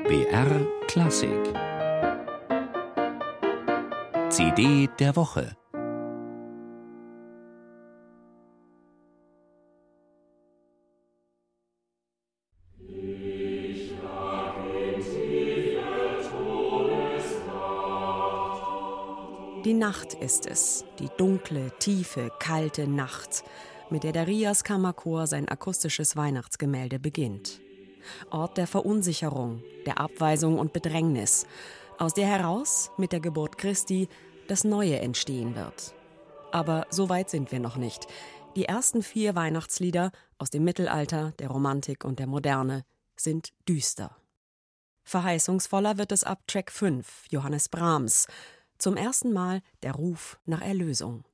BR Klassik CD der Woche. Die Nacht ist es, die dunkle, tiefe, kalte Nacht, mit der Rias Kammerchor sein akustisches Weihnachtsgemälde beginnt. Ort der Verunsicherung, der Abweisung und Bedrängnis, aus der heraus, mit der Geburt Christi, das Neue entstehen wird. Aber so weit sind wir noch nicht. Die ersten 4 Weihnachtslieder aus dem Mittelalter, der Romantik und der Moderne sind düster. Verheißungsvoller wird es ab Track 5, Johannes Brahms, zum ersten Mal der Ruf nach Erlösung.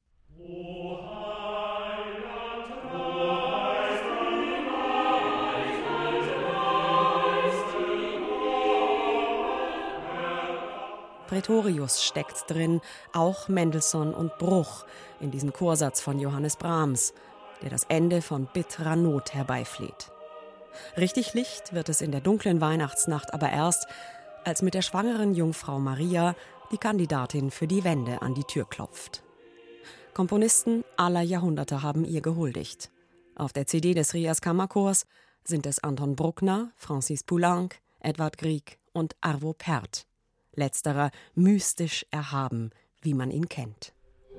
Praetorius steckt drin, auch Mendelssohn und Bruch in diesem Chorsatz von Johannes Brahms, der das Ende von bitterer Not herbeifleht. Richtig Licht wird es in der dunklen Weihnachtsnacht aber erst, als mit der schwangeren Jungfrau Maria die Kandidatin für die Wende an die Tür klopft. Komponisten aller Jahrhunderte haben ihr gehuldigt. Auf der CD des Rias Kammerchors sind es Anton Bruckner, Francis Poulenc, Edvard Grieg und Arvo Pärt. Letzterer mystisch erhaben, wie man ihn kennt.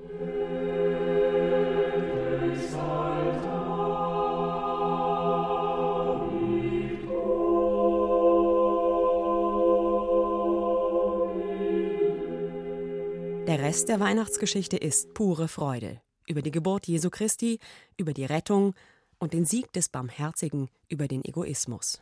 Der Rest der Weihnachtsgeschichte ist pure Freude. Über die Geburt Jesu Christi, über die Rettung und den Sieg des Barmherzigen über den Egoismus.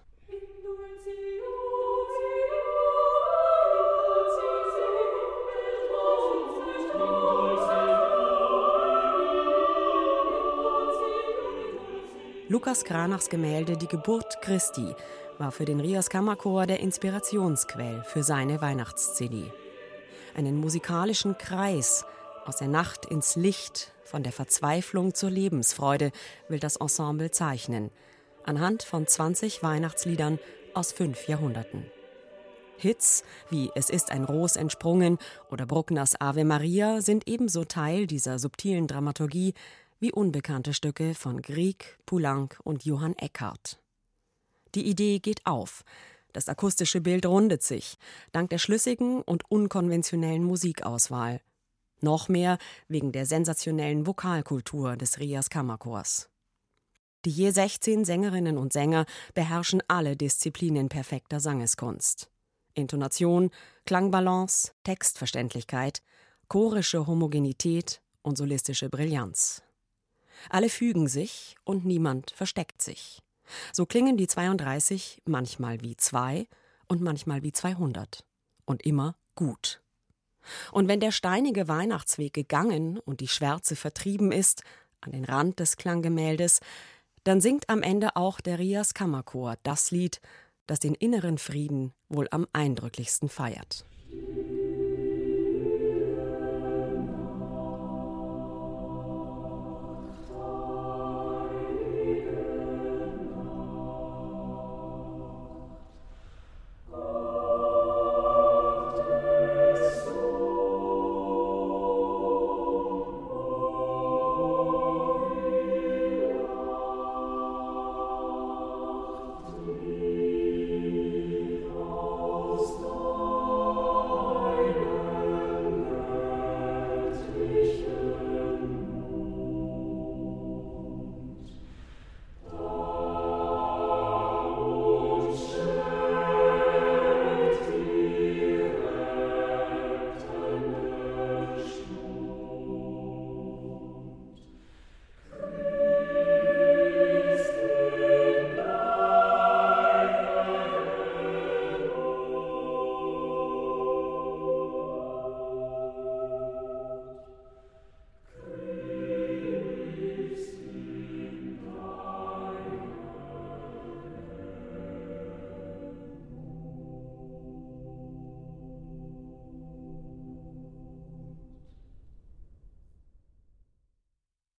Lukas Cranachs Gemälde Die Geburt Christi war für den Rias Kammerchor der Inspirationsquell für seine Weihnachts-CD. Einen musikalischen Kreis aus der Nacht ins Licht, von der Verzweiflung zur Lebensfreude will das Ensemble zeichnen, anhand von 20 Weihnachtsliedern aus 5 Jahrhunderten. Hits wie Es ist ein Ros entsprungen oder Bruckners Ave Maria sind ebenso Teil dieser subtilen Dramaturgie wie unbekannte Stücke von Grieg, Poulenc und Johann Eckart. Die Idee geht auf. Das akustische Bild rundet sich, dank der schlüssigen und unkonventionellen Musikauswahl. Noch mehr wegen der sensationellen Vokalkultur des Rias Kammerchors. Die je 16 Sängerinnen und Sänger beherrschen alle Disziplinen perfekter Sangeskunst. Intonation, Klangbalance, Textverständlichkeit, chorische Homogenität und solistische Brillanz. Alle fügen sich und niemand versteckt sich. So klingen die 32 manchmal wie 2 und manchmal wie 200. Und immer gut. Und wenn der steinige Weihnachtsweg gegangen und die Schwärze vertrieben ist, an den Rand des Klanggemäldes, dann singt am Ende auch der Rias Kammerchor das Lied, das den inneren Frieden wohl am eindrücklichsten feiert.